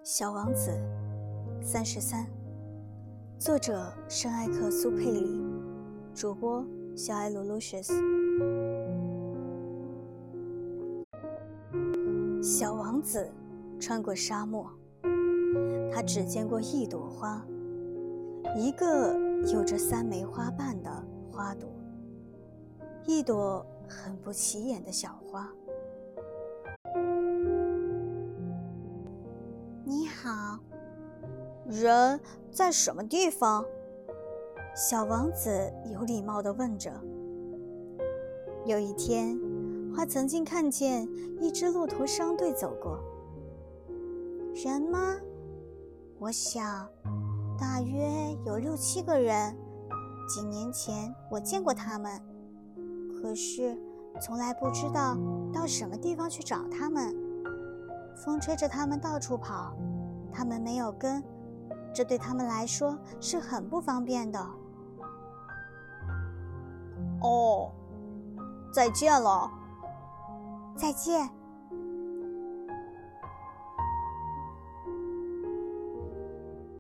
小王子33，作者圣埃克苏佩里，主播小艾鲁 Lucius。 小王子穿过沙漠，他只见过一朵花，一个有着3枚花瓣的花朵，一朵很不起眼的小花。 你好，人在什么地方？ 小王子有礼貌地问着。有一天，他曾经看见一支骆驼商队走过。 人吗？我想大约有6、7个人。几年前我见过他们，可是从来不知道到什么地方去找他们。风吹着他们到处跑，他们没有根，这对他们来说是很不方便的。 哦，再见了。 再见。